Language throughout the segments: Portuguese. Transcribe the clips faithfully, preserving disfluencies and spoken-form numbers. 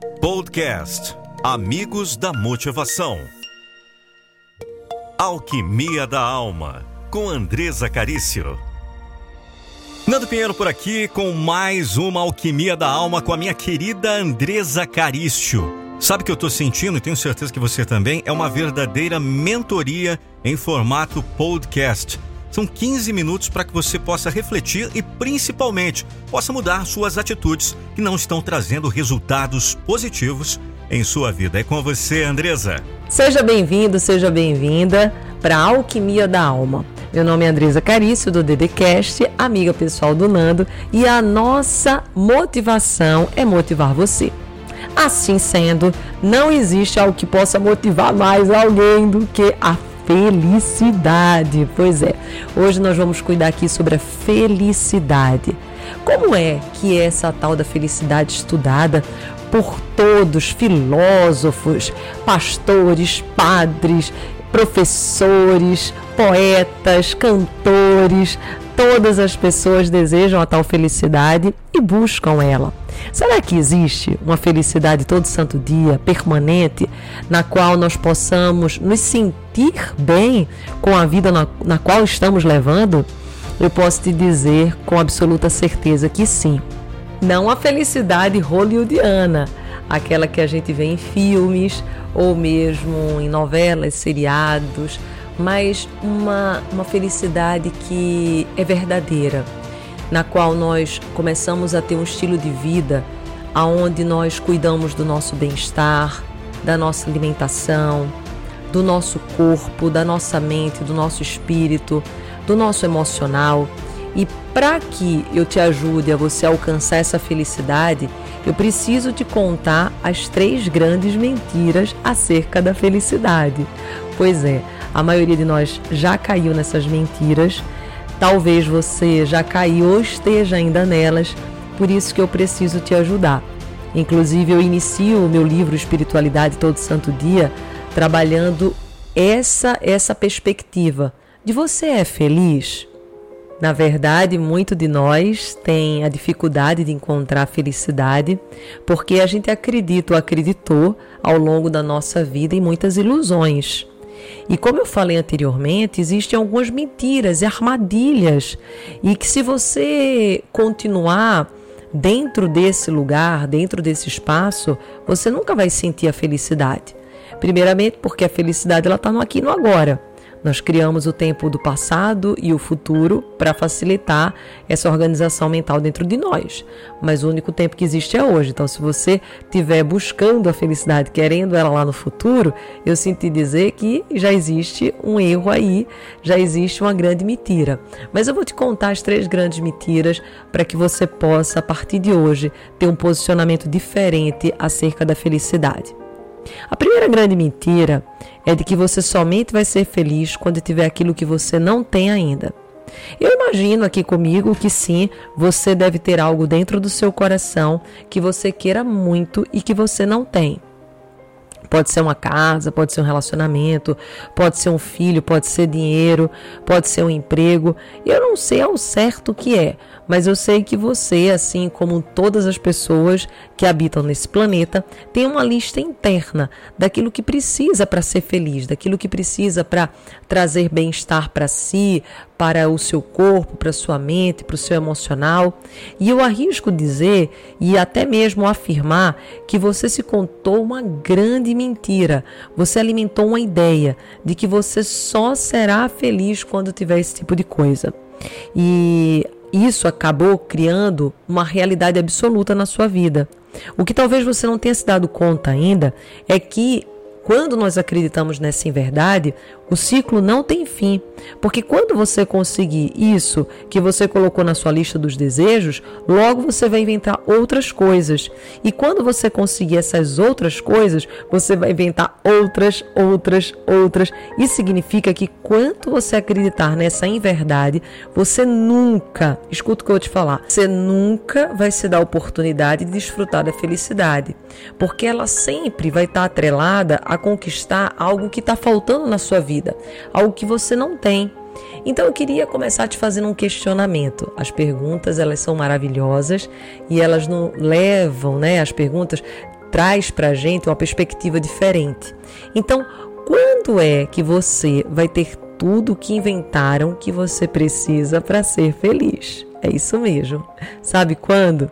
Podcast Amigos da Motivação. Alquimia da Alma, com Andreza Carício. Nando Pinheiro por aqui com mais uma Alquimia da Alma com a minha querida Andreza Carício. Sabe o que eu estou sentindo, e tenho certeza que você também, é uma verdadeira mentoria em formato podcast. São quinze minutos para que você possa refletir e, principalmente, possa mudar suas atitudes que não estão trazendo resultados positivos em sua vida. É com você, Andreza. Seja bem-vindo, seja bem-vinda para a Alquimia da Alma. Meu nome é Andreza Carício, do DDCast, amiga pessoal do Nando, e a nossa motivação é motivar você. Assim sendo, não existe algo que possa motivar mais alguém do que a felicidade. Pois é, hoje nós vamos cuidar aqui sobre a felicidade. Como é que é essa tal da felicidade estudada por todos, filósofos, pastores, padres, professores, poetas, cantores, todas as pessoas desejam a tal felicidade e buscam ela. Será que existe uma felicidade todo santo dia, permanente, na qual nós possamos nos sentir bem com a vida na, na qual estamos levando? Eu posso te dizer com absoluta certeza que sim. Não a felicidade hollywoodiana, aquela que a gente vê em filmes ou mesmo em novelas, seriados, mas uma, uma felicidade que é verdadeira, na qual nós começamos a ter um estilo de vida onde nós cuidamos do nosso bem-estar, da nossa alimentação, do nosso corpo, da nossa mente, do nosso espírito, do nosso emocional. E para que eu te ajude a você alcançar essa felicidade, eu preciso te contar as três grandes mentiras acerca da felicidade. Pois é, a maioria de nós já caiu nessas mentiras. Talvez você já caiu ou esteja ainda nelas, por isso que eu preciso te ajudar. Inclusive, eu inicio o meu livro Espiritualidade Todo Santo Dia trabalhando essa, essa perspectiva de você é feliz? Na verdade, muito de nós tem a dificuldade de encontrar a felicidade porque a gente acredita ou acreditou ao longo da nossa vida em muitas ilusões. E como eu falei anteriormente, existem algumas mentiras e armadilhas e que se você continuar dentro desse lugar, dentro desse espaço, você nunca vai sentir a felicidade. Primeiramente porque a felicidade ela está no aqui e no agora. Nós criamos o tempo do passado e o futuro para facilitar essa organização mental dentro de nós. Mas o único tempo que existe é hoje. Então, se você estiver buscando a felicidade, querendo ela lá no futuro, eu sinto dizer que já existe um erro aí, já existe uma grande mentira. Mas eu vou te contar as três grandes mentiras para que você possa, a partir de hoje, ter um posicionamento diferente acerca da felicidade. A primeira grande mentira é de que você somente vai ser feliz quando tiver aquilo que você não tem ainda. Eu imagino aqui comigo que sim, você deve ter algo dentro do seu coração que você queira muito e que você não tem. Pode ser uma casa, pode ser um relacionamento, pode ser um filho, pode ser dinheiro, pode ser um emprego. Eu não sei ao certo o que é, mas eu sei que você, assim como todas as pessoas que habitam nesse planeta, tem uma lista interna daquilo que precisa para ser feliz, daquilo que precisa para trazer bem-estar para si, para o seu corpo, para a sua mente, para o seu emocional. E eu arrisco dizer e até mesmo afirmar que você se contou uma grande mentira. Você alimentou uma ideia de que você só será feliz quando tiver esse tipo de coisa. E isso acabou criando uma realidade absoluta na sua vida. O que talvez você não tenha se dado conta ainda é que quando nós acreditamos nessa inverdade, o ciclo não tem fim, porque quando você conseguir isso que você colocou na sua lista dos desejos, logo você vai inventar outras coisas. E quando você conseguir essas outras coisas, você vai inventar outras, outras, outras. Isso significa que quanto você acreditar nessa inverdade, você nunca, escuta o que eu vou te falar, você nunca vai se dar a oportunidade de desfrutar da felicidade, porque ela sempre vai estar atrelada a conquistar algo que está faltando na sua vida. Algo que você não tem. Então eu queria começar te fazendo um questionamento. As perguntas, elas são maravilhosas e elas não levam, né, as perguntas traz para a gente uma perspectiva diferente. Então, quando é que você vai ter tudo o que inventaram que você precisa para ser feliz? É isso mesmo. Sabe quando?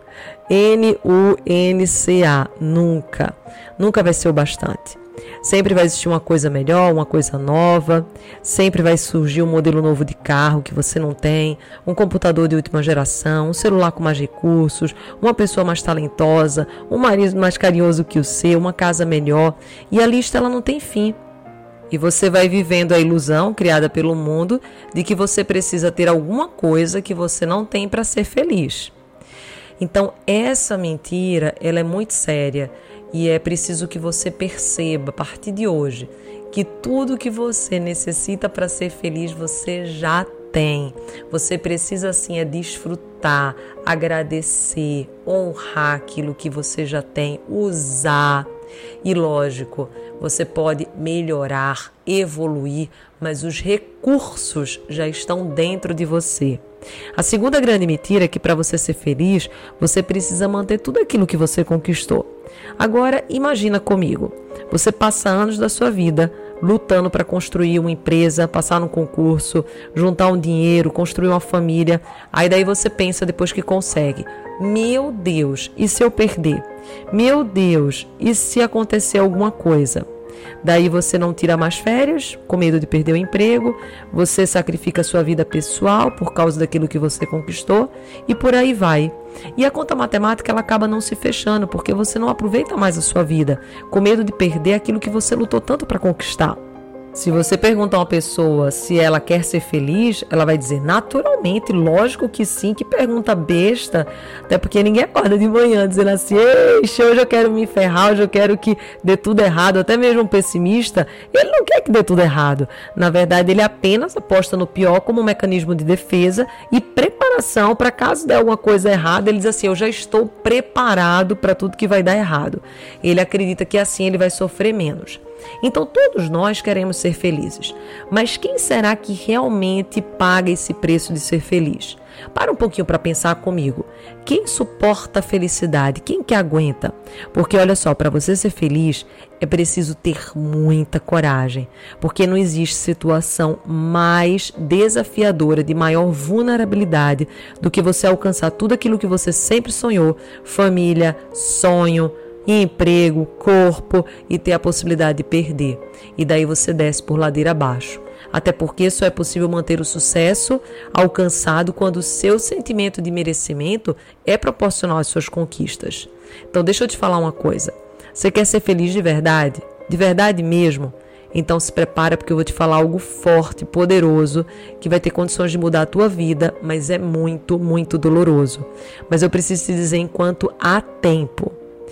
N U N C A. Nunca. Nunca vai ser o bastante. Sempre vai existir uma coisa melhor, uma coisa nova. Sempre vai surgir um modelo novo de carro que você não tem, um computador de última geração, um celular com mais recursos, uma pessoa mais talentosa, um marido mais carinhoso que o seu, uma casa melhor. E a lista ela não tem fim. E você vai vivendo a ilusão criada pelo mundo de que você precisa ter alguma coisa que você não tem para ser feliz. Então, essa mentira, ela é muito séria e é preciso que você perceba, a partir de hoje, que tudo que você necessita para ser feliz, você já tem. Você precisa, sim, é desfrutar, agradecer, honrar aquilo que você já tem, usar. E lógico, você pode melhorar, evoluir, mas os recursos já estão dentro de você. A segunda grande mentira é que para você ser feliz, você precisa manter tudo aquilo que você conquistou. Agora, imagina comigo, você passa anos da sua vida lutando para construir uma empresa, passar num concurso, juntar um dinheiro, construir uma família. Aí daí você pensa depois que consegue, meu Deus, e se eu perder? Meu Deus, e se acontecer alguma coisa? Daí você não tira mais férias, com medo de perder o emprego, você sacrifica a sua vida pessoal por causa daquilo que você conquistou e por aí vai. E a conta matemática ela acaba não se fechando porque você não aproveita mais a sua vida, com medo de perder aquilo que você lutou tanto para conquistar. Se você perguntar a uma pessoa se ela quer ser feliz, ela vai dizer naturalmente, lógico que sim, que pergunta besta, até porque ninguém acorda de manhã dizendo assim, eixe, hoje eu quero me ferrar, hoje eu quero que dê tudo errado, até mesmo um pessimista, ele não quer que dê tudo errado. Na verdade, ele apenas aposta no pior como um mecanismo de defesa e preparação para caso der alguma coisa errada, ele diz assim, eu já estou preparado para tudo que vai dar errado. Ele acredita que assim ele vai sofrer menos. Então todos nós queremos ser felizes, mas quem será que realmente paga esse preço de ser feliz? Para um pouquinho para pensar comigo. Quem suporta a felicidade? Quem que aguenta? Porque olha só, para você ser feliz é preciso ter muita coragem, porque não existe situação mais desafiadora, de maior vulnerabilidade do que você alcançar tudo aquilo que você sempre sonhou, família, sonho, emprego, corpo e ter a possibilidade de perder. E daí você desce por ladeira abaixo. Até porque só é possível manter o sucesso alcançado quando o seu sentimento de merecimento é proporcional às suas conquistas. Então deixa eu te falar uma coisa. Você quer ser feliz de verdade? De verdade mesmo? Então se prepara porque eu vou te falar algo forte, poderoso, que vai ter condições de mudar a tua vida, mas é muito, muito doloroso. Mas eu preciso te dizer enquanto há tempo.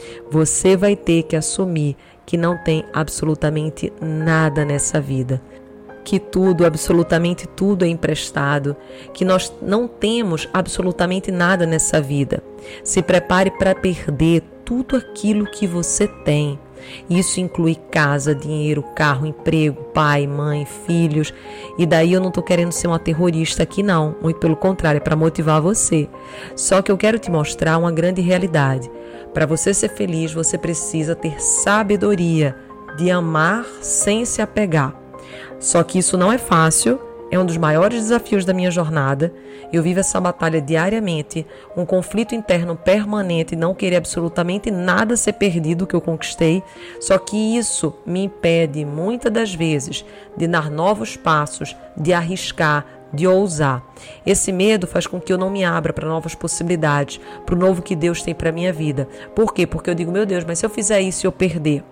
Você vai ter que assumir que não tem absolutamente nada nessa vida, que tudo, absolutamente tudo é emprestado, que nós não temos absolutamente nada nessa vida. Se prepare para perder tudo aquilo que você tem. Isso inclui casa, dinheiro, carro, emprego, pai, mãe, filhos. E daí eu não estou querendo ser uma terrorista aqui não, muito pelo contrário, é para motivar você. Só que eu quero te mostrar uma grande realidade. Para você ser feliz, você precisa ter sabedoria de amar sem se apegar. Só que isso não é fácil, é um dos maiores desafios da minha jornada. Eu vivo essa batalha diariamente, um conflito interno permanente, não querer absolutamente nada ser perdido que eu conquistei. Só que isso me impede, muitas das vezes, de dar novos passos, de arriscar, de ousar. Esse medo faz com que eu não me abra para novas possibilidades, para o novo que Deus tem para a minha vida. Por quê? Porque eu digo, meu Deus, mas se eu fizer isso e eu perder?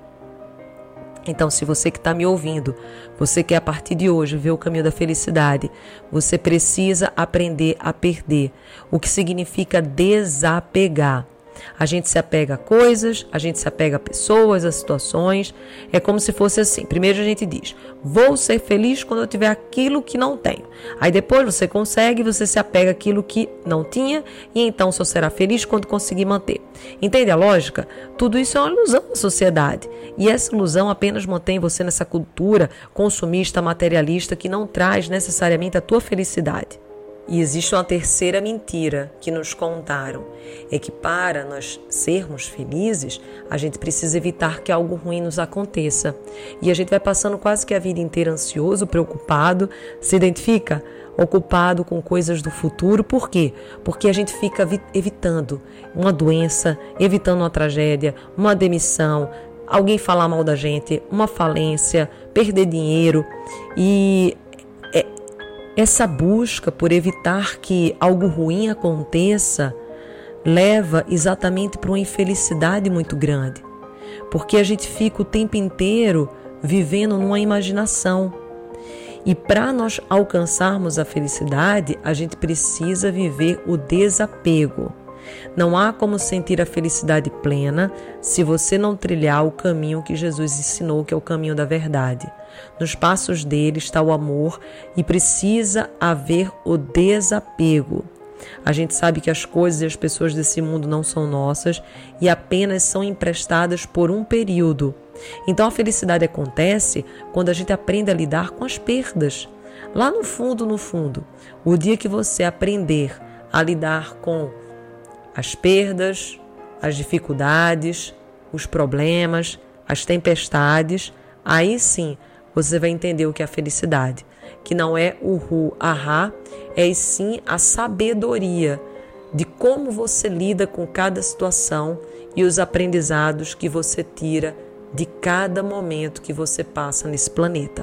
Então, se você que está me ouvindo, você quer a partir de hoje ver o caminho da felicidade, você precisa aprender a perder, o que significa desapegar. A gente se apega a coisas, a gente se apega a pessoas, a situações. É como se fosse assim. Primeiro a gente diz, vou ser feliz quando eu tiver aquilo que não tenho. Aí depois você consegue, você se apega àquilo que não tinha e então só será feliz quando conseguir manter. Entende a lógica? Tudo isso é uma ilusão da sociedade. E essa ilusão apenas mantém você nessa cultura consumista, materialista que não traz necessariamente a tua felicidade. E existe uma terceira mentira que nos contaram, é que para nós sermos felizes, a gente precisa evitar que algo ruim nos aconteça. E a gente vai passando quase que a vida inteira ansioso, preocupado, se identifica? Ocupado com coisas do futuro. Por quê? Porque a gente fica evitando uma doença, evitando uma tragédia, uma demissão, alguém falar mal da gente, uma falência, perder dinheiro. E é, essa busca por evitar que algo ruim aconteça leva exatamente para uma infelicidade muito grande. Porque a gente fica o tempo inteiro vivendo numa imaginação. E para nós alcançarmos a felicidade, a gente precisa viver o desapego. Não há como sentir a felicidade plena se você não trilhar o caminho que Jesus ensinou, que é o caminho da verdade. Nos passos dele está o amor e precisa haver o desapego. A gente sabe que as coisas e as pessoas desse mundo não são nossas e apenas são emprestadas por um período. Então a felicidade acontece quando a gente aprende a lidar com as perdas. Lá no fundo, no fundo, o dia que você aprender a lidar com as perdas, as dificuldades, os problemas, as tempestades, aí sim você vai entender o que é a felicidade, que não é o ru, ahá, é sim a sabedoria de como você lida com cada situação e os aprendizados que você tira de cada momento que você passa nesse planeta.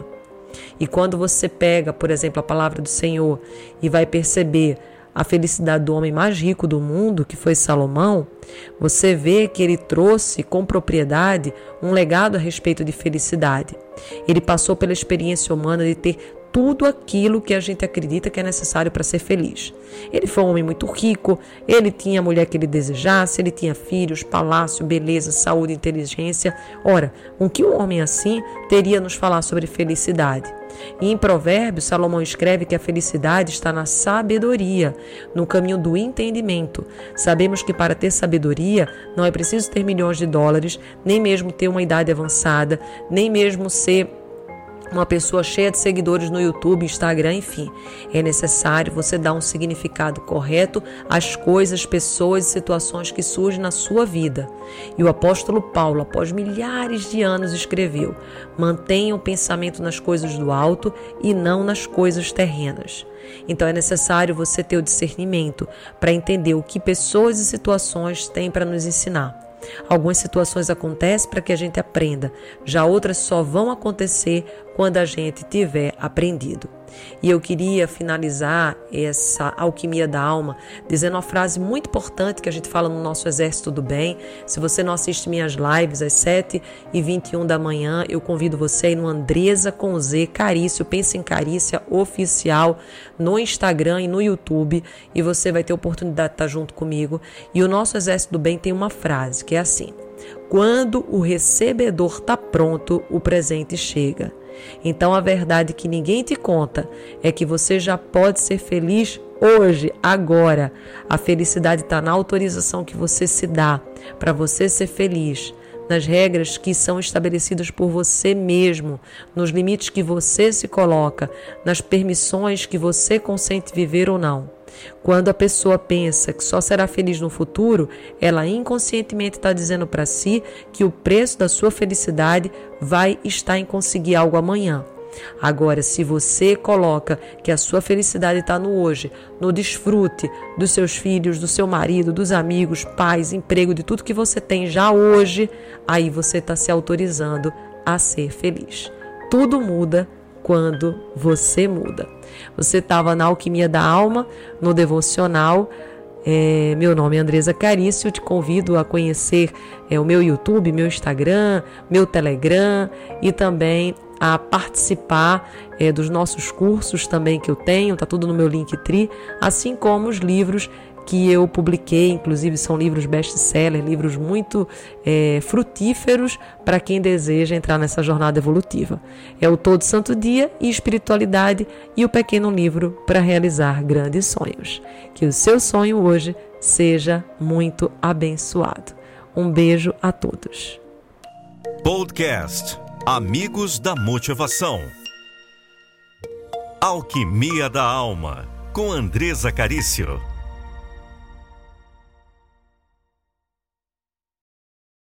E quando você pega, por exemplo, a palavra do Senhor e vai perceber a felicidade do homem mais rico do mundo, que foi Salomão, você vê que ele trouxe com propriedade um legado a respeito de felicidade. Ele passou pela experiência humana de ter tudo aquilo que a gente acredita que é necessário para ser feliz. Ele foi um homem muito rico, ele tinha a mulher que ele desejasse, ele tinha filhos, palácio, beleza, saúde, inteligência. Ora, o que um homem assim teria a nos falar sobre felicidade? E em Provérbios, Salomão escreve que a felicidade está na sabedoria, no caminho do entendimento. Sabemos que para ter sabedoria não é preciso ter milhões de dólares, nem mesmo ter uma idade avançada, nem mesmo ser uma pessoa cheia de seguidores no YouTube, Instagram, enfim. É necessário você dar um significado correto às coisas, pessoas e situações que surgem na sua vida. E o apóstolo Paulo, após milhares de anos, escreveu: mantenha o pensamento nas coisas do alto e não nas coisas terrenas. Então é necessário você ter o discernimento para entender o que pessoas e situações têm para nos ensinar. Algumas situações acontecem para que a gente aprenda, já outras só vão acontecer quando a gente tiver aprendido. E eu queria finalizar essa alquimia da alma dizendo uma frase muito importante que a gente fala no nosso Exército do Bem. Se você não assiste minhas lives às sete e vinte e um da manhã, eu convido você a ir no Andreza com Z, Carício, Pensa em Carícia Oficial, no Instagram e no YouTube, e você vai ter a oportunidade de estar junto comigo. E o nosso Exército do Bem tem uma frase que é assim: quando o recebedor está pronto, o presente chega. Então a verdade que ninguém te conta é que você já pode ser feliz hoje, agora. A felicidade está na autorização que você se dá para você ser feliz, nas regras que são estabelecidas por você mesmo, nos limites que você se coloca, nas permissões que você consente viver ou não. Quando a pessoa pensa que só será feliz no futuro, ela inconscientemente está dizendo para si que o preço da sua felicidade vai estar em conseguir algo amanhã. Agora, se você coloca que a sua felicidade está no hoje, no desfrute dos seus filhos, do seu marido, dos amigos, pais, emprego, de tudo que você tem já hoje, aí você está se autorizando a ser feliz. Tudo muda quando você muda. Você estava na Alquimia da Alma, no Devocional. É, meu nome é Andreza Carício, eu te convido a conhecer é, o meu YouTube, meu Instagram, meu Telegram e também a participar é, dos nossos cursos também que eu tenho, está tudo no meu Linktree, assim como os livros que eu publiquei, inclusive são livros best-seller, livros muito é, frutíferos para quem deseja entrar nessa jornada evolutiva. É o Todo Santo Dia e Espiritualidade e o Pequeno Livro para Realizar Grandes Sonhos. Que o seu sonho hoje seja muito abençoado. Um beijo a todos. Podcast Amigos da Motivação. Alquimia da Alma, com Andreza Carício.